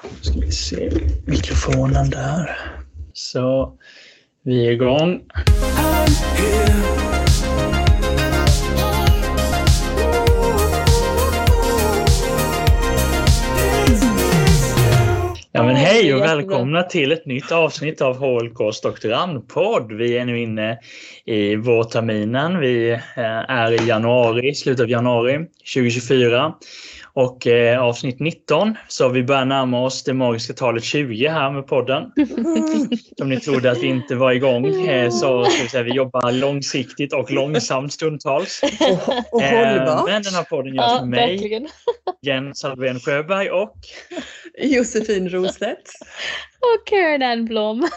Ska vi se mikrofonen där. Så vi är igång. Ja, men hej och välkomna till ett nytt avsnitt av HLKs doktorandpodd. Vi är nu inne i vårterminen. Vi är i januari, slutet av januari 2024. Och avsnitt 19, så vi börjar närma oss det magiska talet 20 här med podden. Om ni trodde att vi inte var igång så ska vi säga vi jobbar långsiktigt och långsamt stundtals. Och hållbart. Men den här podden görs med mig, Jens Alvén Sjöberg och Josefin Rostedt. Och Karin Enblom.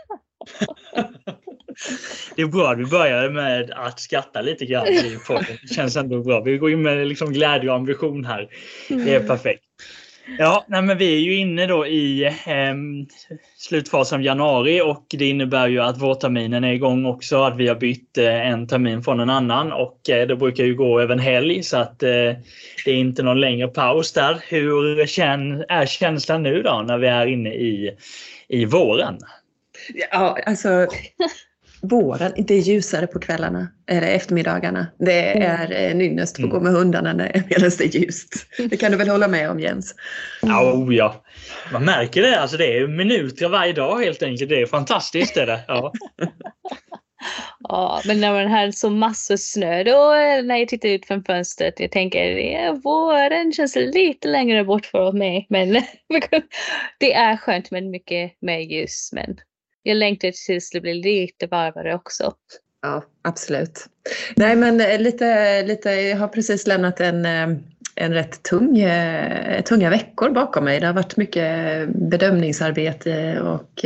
Det är bra att vi börjar med att skratta lite grann i podden. Det känns ändå bra. Vi går in med liksom glädje och ambition här. Det är perfekt. Ja, men vi är ju inne då i slutfasen av januari och det innebär ju att vårterminen är igång också. Att vi har bytt en termin från en annan och det brukar ju gå över en helg så att det är inte någon längre paus där. Hur är känslan nu då när vi är inne i våren? Ja, alltså våren, det är ljusare på kvällarna eller eftermiddagarna. Det är nynnest på att gå med hundarna medan det är ljust. Det kan du väl hålla med om, Jens? Ja. Man märker det. Alltså det är minuter varje dag helt enkelt. Det är fantastiskt det där. Ja. Ja, men när man har så massor snö då när jag tittar ut från fönstret, jag tänker våren känns lite längre bort för mig. Men det är skönt med mycket mer ljus, men jag längtar tills det blir lite varmare också. Ja, absolut. Nej, men lite jag har precis lämnat en rätt tunga veckor bakom mig. Det har varit mycket bedömningsarbete och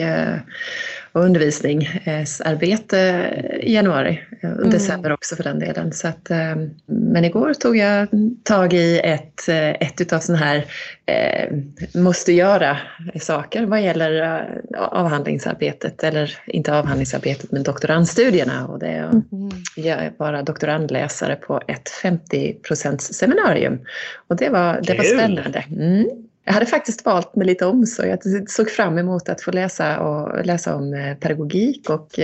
undervisningsarbete i januari. Och december också för den delen. Så att, men igår tog jag tag i ett utav sådana här måste göra saker vad gäller avhandlingsarbetet. Eller inte avhandlingsarbetet men doktorandstudierna. Och det är vara doktorandläsare på ett 50% seminarium. Och det var spännande. Jag hade faktiskt valt med lite omsorg. Jag såg fram emot att få läsa om pedagogik och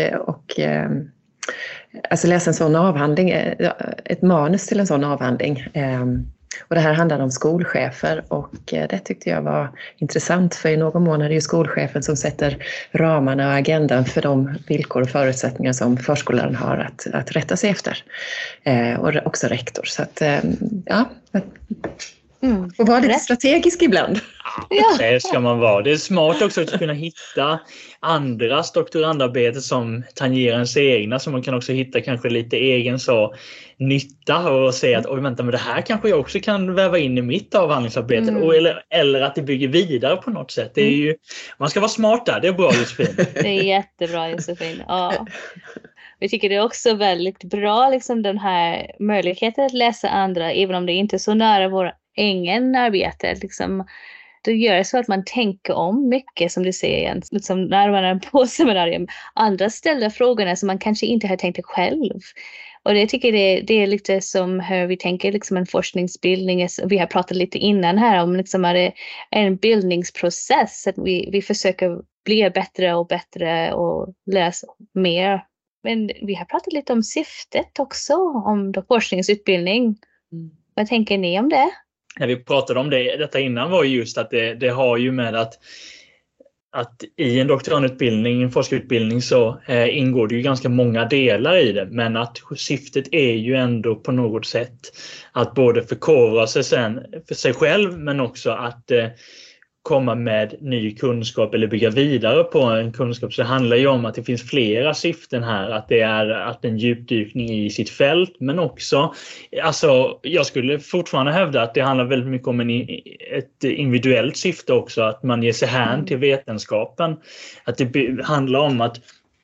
alltså läsa en sån avhandling, ett manus till en sån avhandling. Och det här handlade om skolchefer och det tyckte jag var intressant för i någon mån är det ju skolchefen som sätter ramarna och agendan för de villkor och förutsättningar som förskolläraren har att rätta sig efter. Och också rektor. Så att, ja... Och vara lite strategisk ibland. Ja, det ska man vara. Det är smart också att kunna hitta andras doktorandarbete som tangerar ens egna. Så man kan också hitta kanske lite egen nytta och säga att men det här kanske jag också kan väva in i mitt avhandlingsarbete. Eller att det bygger vidare på något sätt. Det är ju, man ska vara smart där. Det är bra, Josefin. Det är jättebra, Josefin. Ja. Vi tycker det är också väldigt bra liksom, den här möjligheten att läsa andra även om det inte är så nära vår egen arbete. Liksom, det gör så att man tänker om mycket som du säger liksom, när man är på seminarium. Andra ställer frågorna som man kanske inte har tänkt själv. Och det tycker det är lite som hur vi tänker liksom en forskningsbildning. Vi har pratat lite innan här om liksom att det är en bildningsprocess. Att vi försöker bli bättre och bättre och läsa mer. Men vi har pratat lite om syftet också, om forskningsutbildning. Vad tänker ni om det? När vi pratade om detta innan var just att det har ju med att i en doktorandutbildning, en forskarutbildning så ingår det ju ganska många delar i det. Men att syftet är ju ändå på något sätt att både förkovra sig sen för sig själv men också att komma med ny kunskap eller bygga vidare på en kunskap. Så det handlar ju om att det finns flera syften här. Att det är att en djupdykning i sitt fält men också, alltså jag skulle fortfarande hävda att det handlar väldigt mycket om ett individuellt syfte också. Att man ger sig hän till vetenskapen. Att det handlar om att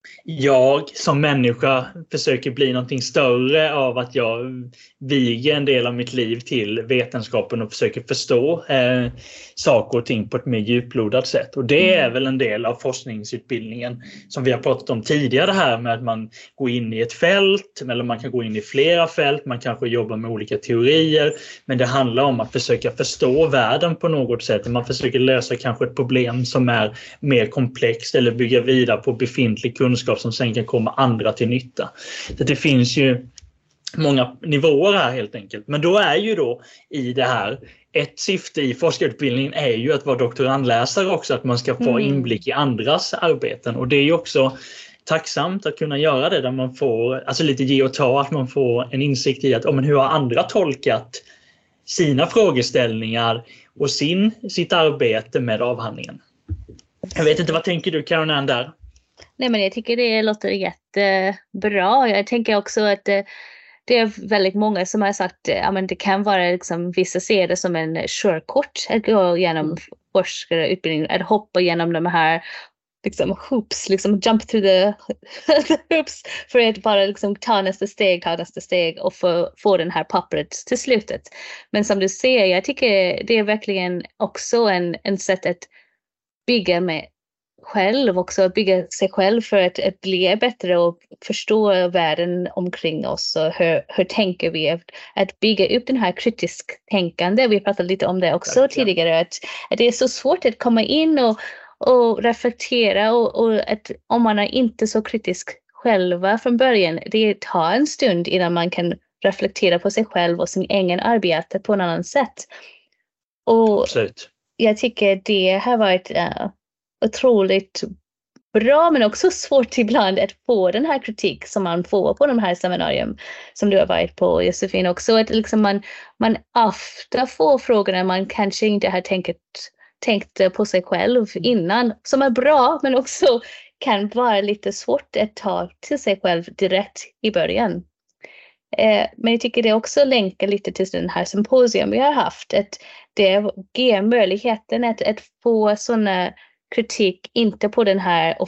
jag som människa försöker bli någonting större av att jag viger en del av mitt liv till vetenskapen och försöker förstå saker och ting på ett mer djuplodat sätt. Och det är väl en del av forskningsutbildningen som vi har pratat om tidigare här, med att man går in i ett fält, eller man kan gå in i flera fält, man kanske jobbar med olika teorier, men det handlar om att försöka förstå världen på något sätt. Man försöker lösa kanske ett problem som är mer komplext eller bygga vidare på befintlig kunskap som sen kan komma andra till nytta. Så det finns ju många nivåer här helt enkelt. Men då är ju då i det här, ett syfte i forskarutbildningen är ju att vara doktorandläsare också, att man ska få inblick i andras arbeten. Och det är ju också tacksamt att kunna göra det, där man får, alltså lite ge och ta, att man får en insikt i att men hur har andra tolkat sina frågeställningar och sitt arbete med avhandlingen. Jag vet inte, vad tänker du, Caroline, där? Nej, men jag tycker det låter jättebra. Jag tänker också att det är väldigt många som har sagt att det kan vara liksom, vissa ser det som en körkort att gå igenom forskarutbildning, att hoppa igenom de här liksom hoops, liksom jump through the hoops, för att bara liksom ta nästa steg och få den här pappret till slutet. Men som du ser, jag tycker det är verkligen också en sätt att bygga med själv också, bygga sig själv för att bli bättre och förstå världen omkring oss, och hur tänker vi, att bygga upp den här kritisk tänkande. Vi pratade lite om det också tidigare, att det är så svårt att komma in och reflektera, och att om man är inte så kritisk själva från början, det tar en stund innan man kan reflektera på sig själv och sin egen arbete på en annan sätt. Och absolut. Jag tycker det har varit otroligt bra, men också svårt ibland att få den här kritik som man får på de här seminarium som du har varit på, Josefin, också. Att liksom man ofta får frågorna man kanske inte har tänkt på sig själv innan, som är bra, men också kan vara lite svårt att ta till sig själv direkt i början. Men jag tycker det också länkar lite till den här symposium vi har haft, att det ger möjligheten att få sådana kritik, inte på den här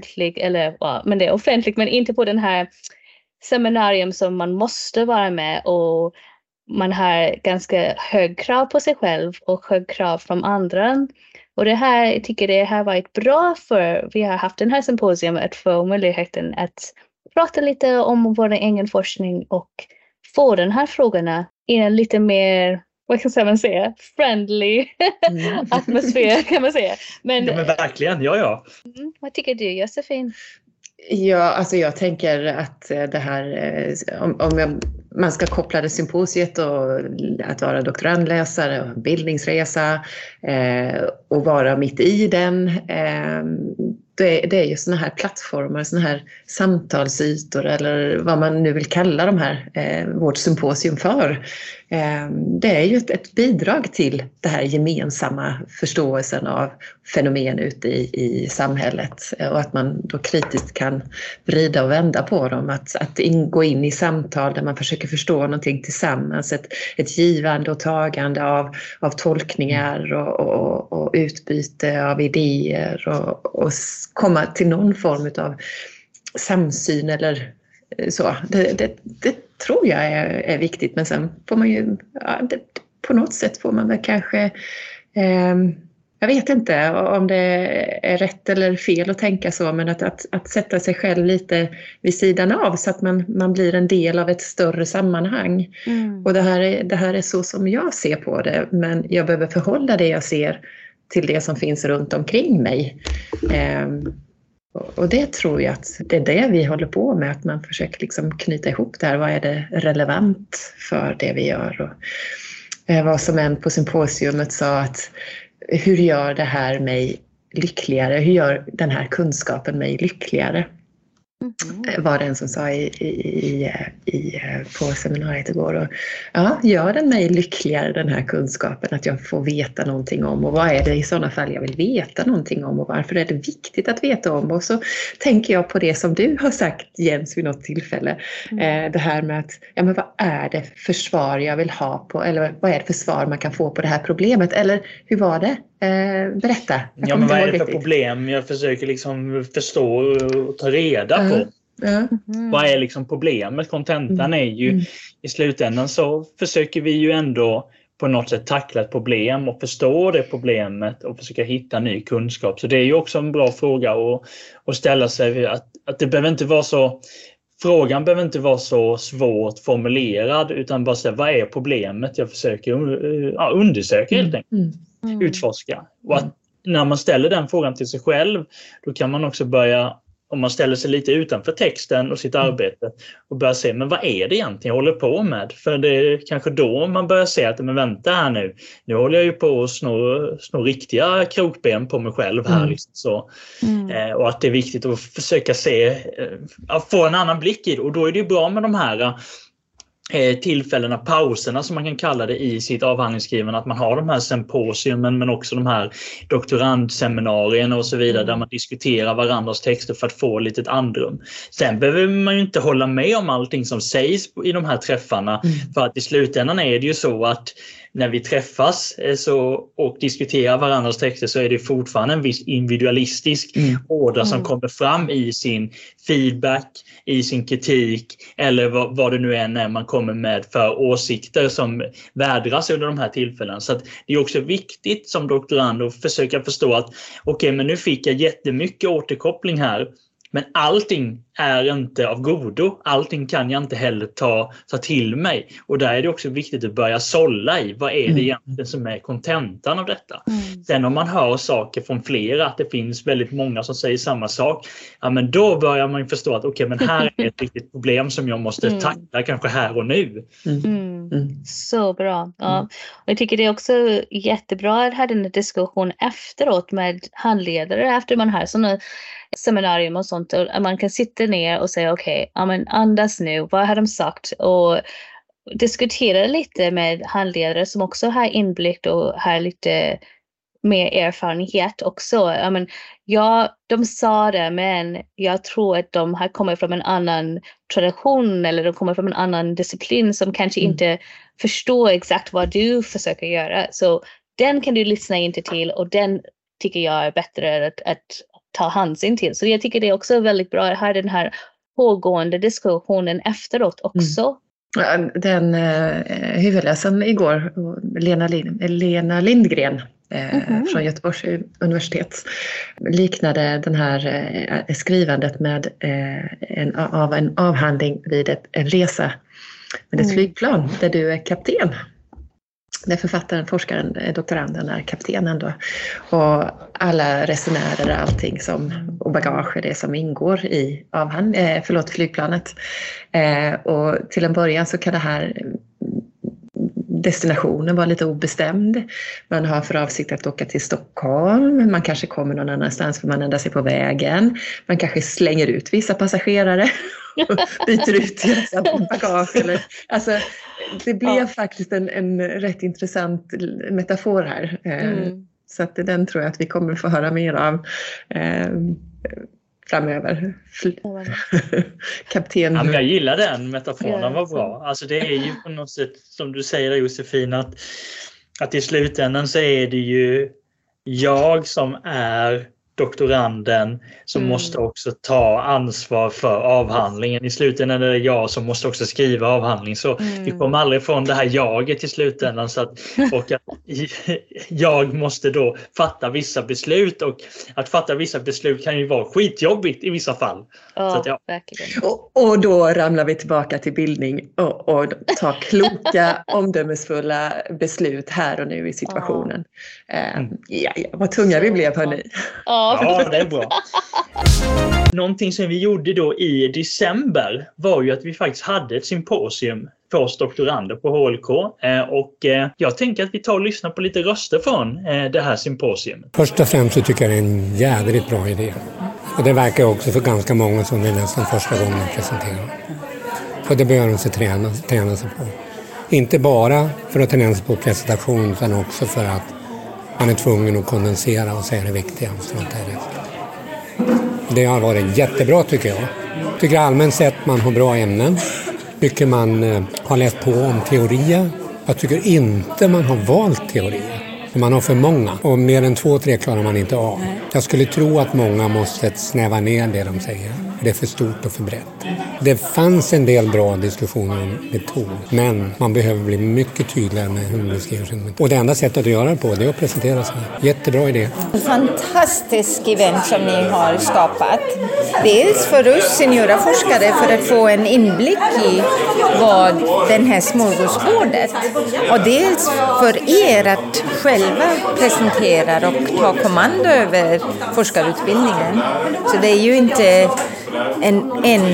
men det är offentligt, men inte på den här seminarium som man måste vara med, och man har ganska hög krav på sig själv och hög krav från andra. Och det här, jag tycker det har varit bra, för vi har haft den här symposium att få möjligheten att prata lite om vår egen forskning och få den här frågorna i en lite mer, vad kan man säga, friendly atmosfär, kan man säga. Men verkligen, ja. Vad tycker du, Josefin? Ja, alltså jag tänker att det här, man ska koppla det symposiet och att vara doktorandläsare och bildningsresa och vara mitt i den. Det är ju såna här plattformar, såna här samtalsytor, eller vad man nu vill kalla de här, vårt symposium för. Det är ju ett bidrag till det här gemensamma förståelsen av fenomen ute i samhället, och att man då kritiskt kan vrida och vända på dem, att gå in i samtal där man försöker förstå någonting tillsammans, ett givande och tagande av tolkningar och utbyte av idéer och komma till någon form av samsyn eller så. Det tror jag är viktigt, men sen får man ju, på något sätt får man väl kanske, jag vet inte om det är rätt eller fel att tänka så, men att sätta sig själv lite vid sidan av, så att man blir en del av ett större sammanhang. Och det här är så som jag ser på det, men jag behöver förhålla det jag ser till det som finns runt omkring mig. Och det tror jag att det är det vi håller på med, att man försöker liksom knyta ihop det här. Vad är det relevant för det vi gör? Och vad som en på symposiumet sa, att hur gör det här mig lyckligare? Hur gör den här kunskapen mig lyckligare? Var det en som sa på seminariet igår. Och, gör den mig lyckligare, den här kunskapen, att jag får veta någonting om, och vad är det i sådana fall jag vill veta någonting om, och varför är det viktigt att veta om? Och så tänker jag på det som du har sagt, Jens, vid något tillfälle. Det här med att, men vad är det för svar jag vill ha på, eller vad är det för svar man kan få på det här problemet? Eller hur var det? Berätta. Ja, men vad är det för problem jag försöker liksom förstå och ta reda på? Vad är liksom problemet? Kontentan är ju i slutändan så försöker vi ju ändå på något sätt tackla ett problem och förstå det problemet och försöka hitta ny kunskap. Så det är ju också en bra fråga att ställa sig att det behöver inte vara så. Frågan behöver inte vara så svårt formulerad utan bara säga vad är problemet jag försöker undersöka helt enkelt. Utforska. Och att när man ställer den frågan till sig själv då kan man också börja, om man ställer sig lite utanför texten och sitt arbete och börjar se, men vad är det egentligen jag håller på med? För det är kanske då man börjar se att, men vänta här nu håller jag ju på att snå riktiga krokben på mig själv här. Liksom så. Och att det är viktigt att försöka se, att få en annan blick i det. Och då är det ju bra med de här tillfällena, pauserna som man kan kalla det i sitt avhandlingsskrivande, att man har de här symposiumen men också de här doktorandseminarierna och så vidare där man diskuterar varandras texter för att få lite andrum. Sen behöver man ju inte hålla med om allting som sägs i de här träffarna för att i slutändan är det ju så att när vi träffas och diskuterar varandras texter så är det fortfarande en viss individualistisk ådra som kommer fram i sin feedback, i sin kritik eller vad det nu än är man kommer med för åsikter som vädras under de här tillfällena. Så att det är också viktigt som doktorand att försöka förstå att okej, men nu fick jag jättemycket återkoppling här. Men allting är inte av godo. Allting kan jag inte heller ta till mig. Och där är det också viktigt att börja sålla i. Vad är det egentligen som är kontentan av detta? Sen om man hör saker från flera, att det finns väldigt många som säger samma sak. Ja, men då börjar man förstå att okej, men här är ett riktigt problem som jag måste tackla kanske här och nu. Så bra. Ja. Och jag tycker det är också jättebra att ha den diskussion efteråt med handledare efter man har sådana seminarium och sånt. Och man kan sitta ner och säga okej, andas nu, vad har de sagt? Och diskutera lite med handledare som också har inblick och har lite mer erfarenhet också. De sa det, men jag tror att de har kommit från en annan tradition eller de kommer från en annan disciplin som kanske inte förstår exakt vad du försöker göra. Så den kan du lyssna inte till och den tycker jag är bättre att ta hänsyn till. Så jag tycker det är också väldigt bra att ha den här pågående diskussionen efteråt också. Den huvudläsaren igår, Lena Lindgren från Göteborgs universitet, liknade den här skrivandet med en avhandling vid en resa med ett flygplan där du är kapten. Där författaren, forskaren, doktoranden är kaptenen då. Och alla resenärer, allting och bagage är det som ingår i flygplanet. Och till en början så kan det här destinationen vara lite obestämd. Man har för avsikt att åka till Stockholm. Man kanske kommer någon annanstans för man ändrar sig på vägen. Man kanske slänger ut vissa passagerare och byter ut deras bagage. Alltså, det blev faktiskt en rätt intressant metafor här. Så att den tror jag att vi kommer få höra mer av framöver. Kapten. Ja, men jag gillar den metaforen, den var bra. Alltså det är ju på något sätt som du säger Josefin att i slutändan så är det ju jag som är doktoranden som måste också ta ansvar för avhandlingen. I slutändan är det jag som måste också skriva avhandling. Så vi kommer aldrig från det här jaget i slutändan. Och att jag måste då fatta vissa beslut. Och att fatta vissa beslut kan ju vara skitjobbigt i vissa fall. Ja, så att, ja. Verkligen. Och då ramlar vi tillbaka till bildning och tar kloka, omdömesfulla beslut här och nu i situationen. Vad tunga vi blev, hörni. Ja, det är bra. Någonting som vi gjorde då i december var ju att vi faktiskt hade ett symposium för oss doktorander på HLK. Och jag tänker att vi tar och lyssnar på lite röster från det här symposiumet. Först och främst så tycker jag det är en jädrigt bra idé. Och det verkar också för ganska många som det är nästan första gången de presenterar. Och det behöver de sig träna sig på. Inte bara för att träna sig på presentation utan också för att man är tvungen att kondensera och säga det viktiga. Det har varit jättebra tycker jag. Tycker allmänt sett man har bra ämnen. Mycket man har läst på om teorier. Jag tycker inte man har valt teorier. För man har för många och mer än 2-3 klarar man inte av. Jag skulle tro att många måste snäva ner det de säger. Det är för stort och för brett. Det fanns en del bra diskussioner om metod, men man behöver bli mycket tydligare med hur man beskriver sin metod. Och det enda sättet att göra det på, det är att presentera sig. Jättebra idé. En fantastisk event som ni har skapat. Dels för oss seniora forskare för att få en inblick i vad den här smörgåsbordet. Och dels för er att själva presentera och ta kommando över forskarutbildningen. Så det är ju inte en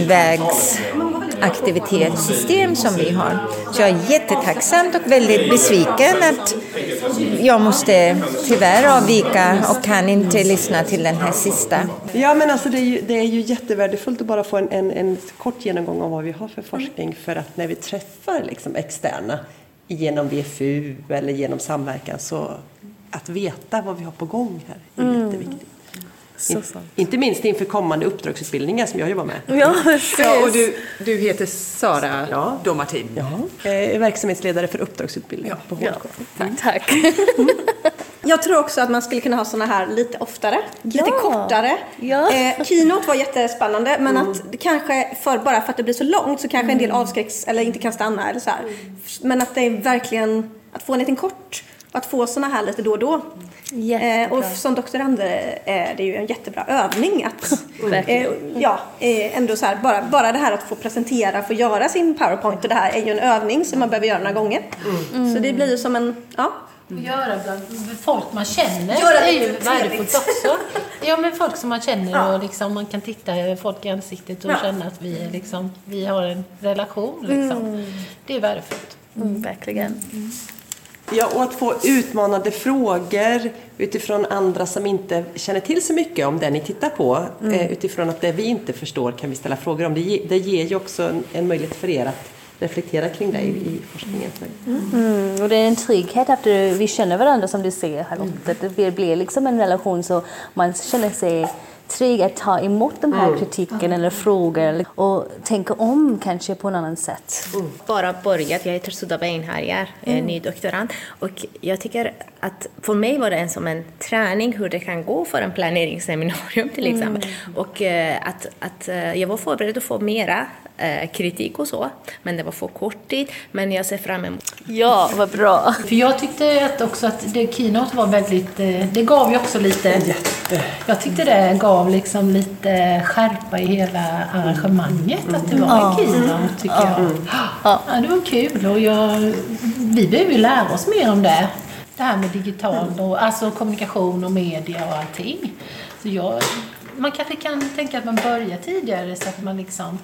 envägsaktivitetssystem som vi har. Så jag är jättetacksam och väldigt besviken att jag måste tyvärr avvika och kan inte lyssna till den här sista. Ja, men alltså det är ju jättevärdefullt att bara få en kort genomgång av vad vi har för forskning, för att när vi träffar liksom externa genom VFU eller genom samverkan, så att veta vad vi har på gång här är jätteviktigt. Inte minst inför kommande uppdragsutbildningar som jag jobbar med. Ja, och du heter Sara Domartin. Ja, verksamhetsledare för uppdragsutbildning på HLK. Tack. Jag tror också att man skulle kunna ha såna här lite oftare, lite kortare. Ja. Keynote var jättespännande, men att det kanske bara för att det blir så långt så kanske en del avskräcks eller inte kan stanna eller så här. Men att det är verkligen att få en liten kort, att få såna här lite då och då. Och som doktorand är det ju en jättebra övning att ändå så här, bara det här att få presentera, få göra sin PowerPoint, och det här är ju en övning som man behöver göra några gånger. Så det blir ju som en göra bland folk man känner är ju värdefullt också. Ja, men folk som man känner och liksom man kan titta folk i ansiktet och känna att vi har en relation liksom. Det är värdefullt. Verkligen. Ja, och att få utmanande frågor utifrån andra som inte känner till så mycket om det ni tittar på. Utifrån att det vi inte förstår kan vi ställa frågor om. Det ger ju också en möjlighet för er att reflektera kring det i forskningen. Och det är en trygghet att vi känner varandra, som du säger, Charlotte. Det blir liksom en relation så man känner sig trygg att ta emot de här kritiken eller frågor och tänka om kanske på en annan sätt. Bara börjat, jag heter Sudha Beinharjar, ny doktorand, och jag tycker att för mig var det som en träning hur det kan gå för en planeringsseminarium till exempel. Och att jag var förberedd att få mera kritik och så, men det var för kort tid, men jag ser fram emot. Ja, vad bra. För jag tyckte också att keynote var väldigt, det gav ju också lite, jag tyckte det gav liksom lite skärpa i hela arrangemanget, att det var en keynote tycker jag. Ja, det var kul och vi behöver ju lära oss mer om det här med digital och alltså kommunikation och media och allting. Så man kanske kan tänka att man börjar tidigare så att man liksom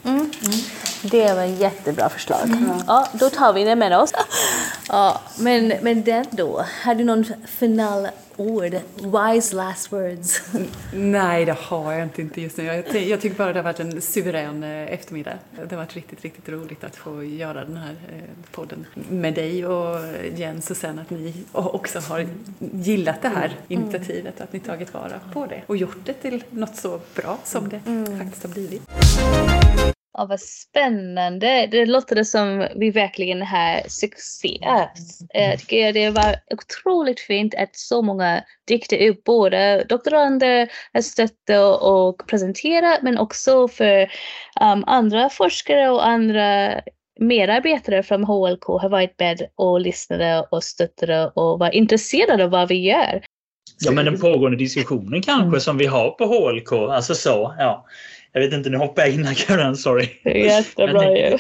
Det var ett jättebra förslag. Ja, då tar vi det med oss. Ja, men det då, har du någon final ord? Wise last words? Nej, det har jag inte just nu. Jag tycker bara det har varit en suverän eftermiddag. Det har varit riktigt, riktigt roligt att få göra den här podden med dig och Jens, och sen att ni också har gillat det här initiativet, att ni tagit vara på det och gjort det till något så bra som det faktiskt har blivit. Ja, vad spännande. Det låter som vi verkligen har succé. Jag tycker det var otroligt fint att så många dyckte upp, både doktorander att stötta och presentera, men också för andra forskare och andra medarbetare från HLK har varit med och lyssnade och stöttade och var intresserade av vad vi gör. Ja, men den pågående diskussionen kanske som vi har på HLK, alltså så, ja. Jag vet inte, nu hoppar jag in här, sorry. Jättebra ju.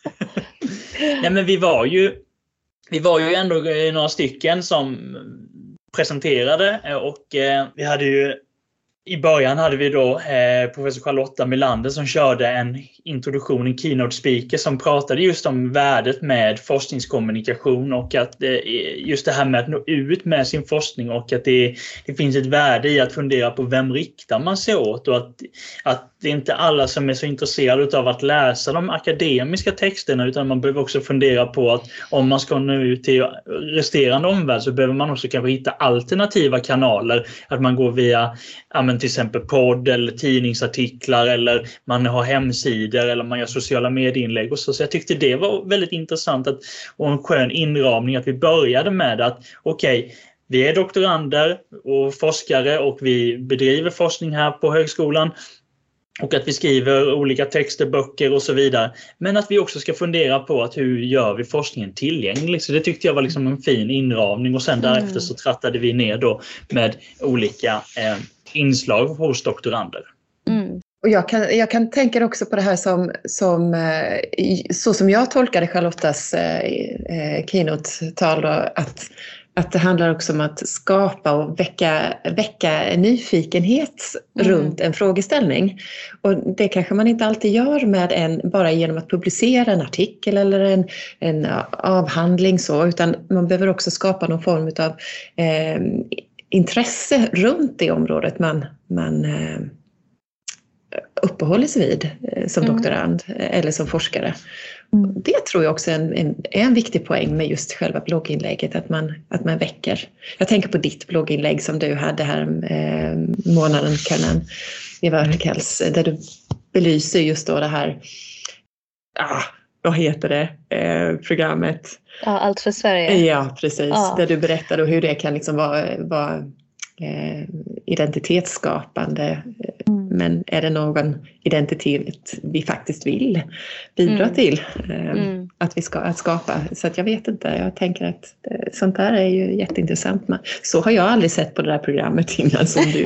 Nej, men vi var ju ändå några stycken som presenterade, och vi hade ju i början hade vi då professor Charlotta Melander som körde en introduktion, en keynote speaker som pratade just om värdet med forskningskommunikation och att just det här med att nå ut med sin forskning, och att det finns ett värde i att fundera på vem riktar man sig åt, och att det är inte alla som är så intresserade av att läsa de akademiska texterna, utan man behöver också fundera på att om man ska nå ut till resterande omvärld så behöver man också kanske hitta alternativa kanaler, att man går via till exempel podd eller tidningsartiklar, eller man har hemsidor eller man gör sociala medieinlägg och så jag tyckte det var väldigt intressant och en skön inramning att vi började med att okej, vi är doktorander och forskare och vi bedriver forskning här på högskolan. Och att vi skriver olika texter, böcker och så vidare. Men att vi också ska fundera på att hur gör vi forskningen tillgänglig. Så det tyckte jag var liksom en fin inramning. Och sen därefter så trattade vi ner då med olika inslag hos doktorander. Och jag kan tänka också på det här så som jag tolkade Charlottas keynote-tal då, att det handlar också om att skapa och väcka nyfikenhet runt en frågeställning. Och det kanske man inte alltid gör bara genom att publicera en artikel eller en avhandling så, utan man behöver också skapa någon form av intresse runt det området man uppehåller sig vid som doktorand eller som forskare. Det tror jag också är en viktig poäng med just själva blogginlägget, att man väcker. Jag tänker på ditt blogginlägg som du hade här månaden, Karin Eva Örkels, där du belyser just då det här, vad heter det, programmet? Ja, Allt för Sverige. Ja, precis. Ja. Där du berättade hur det kan liksom vara identitetsskapande. Men är det någon identitet vi faktiskt vill bidra till att skapa? Så att jag vet inte, jag tänker att sånt där är ju jätteintressant. Så har jag aldrig sett på det där programmet innan som du.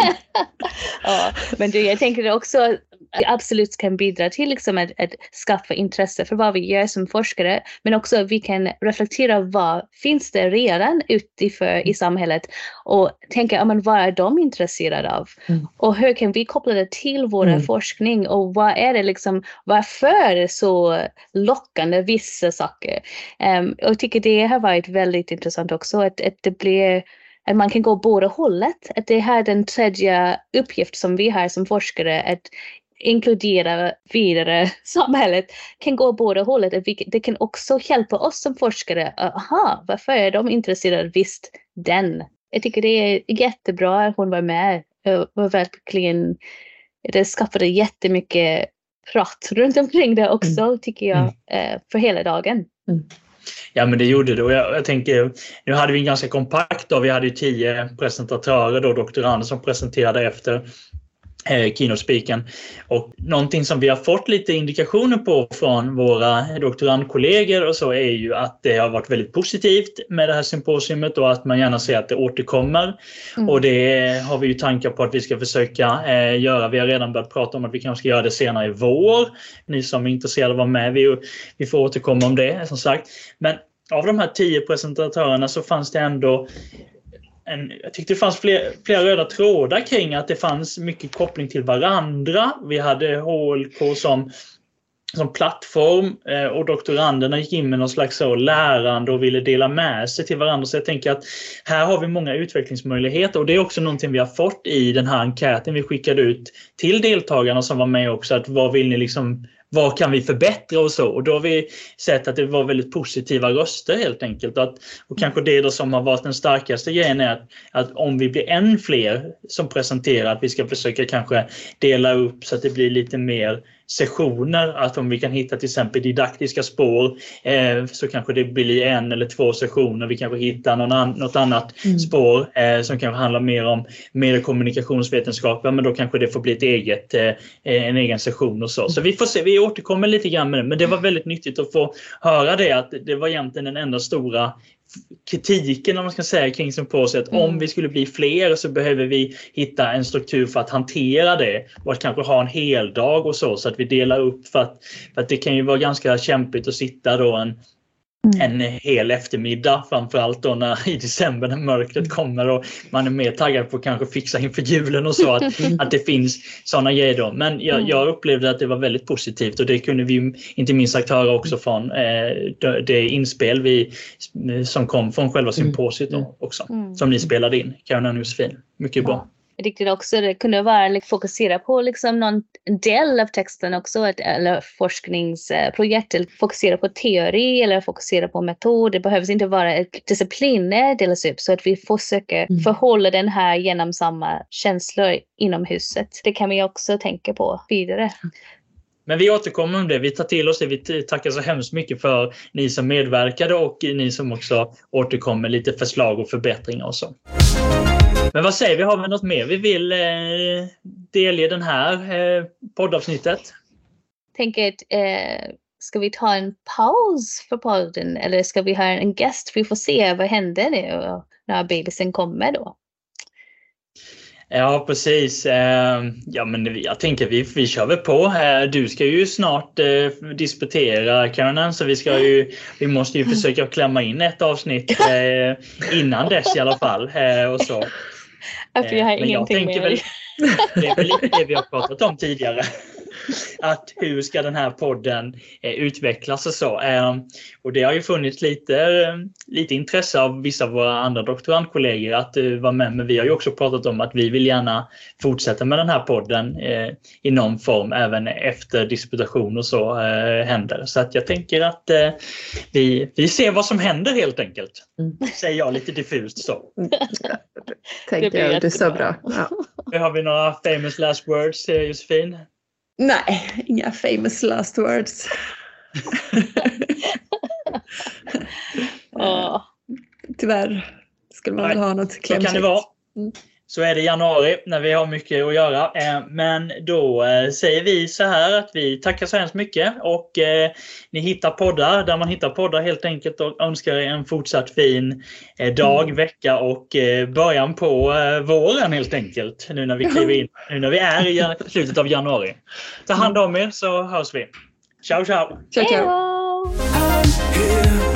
Ja, men jag tänker också att det absolut kan bidra till liksom att skaffa intresse för vad vi gör som forskare, men också att vi kan reflektera vad finns det redan utifrån i samhället och tänka, vad är de intresserade av? Och hur kan vi koppla det till vår forskning och vad är det liksom, varför är så lockande vissa saker? Och jag tycker det har varit väldigt intressant också att det blir att man kan gå båda hållet, att det här är den tredje uppgift som vi har som forskare, att inkludera vidare samhället kan gå båda hållet. Att det kan också hjälpa oss som forskare. Varför är de intresserade visst den? Jag tycker det är jättebra att hon var med och verkligen det skapade jättemycket prat runt omkring det också tycker jag för hela dagen. Ja, men det gjorde det och jag tänker, nu hade vi en ganska kompakt dag, vi hade ju 10 presentatörer då, doktorander som presenterade efter keynote-speakern. Och någonting som vi har fått lite indikationer på från våra doktorandkollegor och så är ju att det har varit väldigt positivt med det här symposiumet och att man gärna ser att det återkommer. Och det har vi ju tankar på att vi ska försöka göra. Vi har redan börjat prata om att vi kanske ska göra det senare i vår. Ni som är intresserade av att vara med, vi får återkomma om det som sagt. Men av de här 10 presentatörerna så fanns det ändå jag tyckte det fanns flera röda trådar kring att det fanns mycket koppling till varandra. Vi hade HLK som plattform och doktoranderna gick in med någon slags lärande och ville dela med sig till varandra. Så jag tänker att här har vi många utvecklingsmöjligheter och det är också någonting vi har fått i den här enkäten vi skickade ut till deltagarna som var med också. Att vad kan vi förbättra och så? Och då har vi sett att det var väldigt positiva röster helt enkelt. Och kanske det då som har varit den starkaste grejen är att om vi blir än fler som presenterar att vi ska försöka kanske dela upp så att det blir lite mer sessioner. Att om vi kan hitta till exempel didaktiska spår så kanske det blir 1 eller 2 sessioner. Vi kanske hittar något annat spår som kanske handlar mer om kommunikationsvetenskap. Men då kanske det får bli en egen session och så. Så vi får se, vi återkommer lite grann med det. Men det var väldigt nyttigt att få höra det att det var egentligen den enda stora kritiken om man ska säga kring symposiet. Om vi skulle bli fler så behöver vi hitta en struktur för att hantera det och att kanske ha en hel dag och så att vi delar upp för att det kan ju vara ganska kämpigt att sitta då en hel eftermiddag framförallt då i december när mörkret kommer och man är mer taggad på att kanske fixa inför julen och så att det finns sådana grejer då. Men jag upplevde att det var väldigt positivt och det kunde vi inte minst sagt höra också från det inspel som kom från själva symposiet då också som ni spelade in. Karin och Josefin, mycket bra. Jag tyckte också det kunde vara fokusera på liksom någon del av texten också eller forskningsprojekt eller fokusera på teori eller fokusera på metod. Det behövs inte vara ett disciplin delas upp så att vi försöker förhålla den här genom samma känslor inom huset. Det kan vi också tänka på vidare. Men vi återkommer om det. Vi tar till oss det. Vi tackar så hemskt mycket för ni som medverkade och ni som också återkommer med lite förslag och förbättringar och så. Men vad säger vi? Har vi något mer vi vill delge den här poddavsnittet? Tänker att ska vi ta en paus för podden eller ska vi ha en gäst? Vi får se vad händer nu när bebisen kommer då. Ja, precis. Ja, men jag tänker vi kör väl på. Du ska ju snart disputera, Karin, så vi måste ju försöka klämma in ett avsnitt innan dess i alla fall. Och så. För jag har men jag tänker väl, det är väl lite det vi har pratat om tidigare. Att hur ska den här podden utvecklas och så. Och det har ju funnits lite intresse av vissa av våra andra doktorandkollegor att vara med. Men vi har ju också pratat om att vi vill gärna fortsätta med den här podden i någon form även efter disputation och så händer. Så att jag tänker att vi ser vad som händer helt enkelt. Säger jag lite diffust så. Tänkte jag, det är så bra. Ja. Har vi några famous last words, Josefin? Nej, inga famous last words. Tyvärr skulle man väl ha något klämkäckt. Så kan det vara. Så är det i januari när vi har mycket att göra. Men då säger vi så här att vi tackar så hemskt mycket. Och ni hittar poddar där man hittar poddar helt enkelt. Och önskar er en fortsatt fin dag, vecka och början på våren helt enkelt. Nu när vi kliver in. Nu när vi är i slutet av januari. Ta hand om er så hörs vi. Ciao, ciao. Ciao, ciao.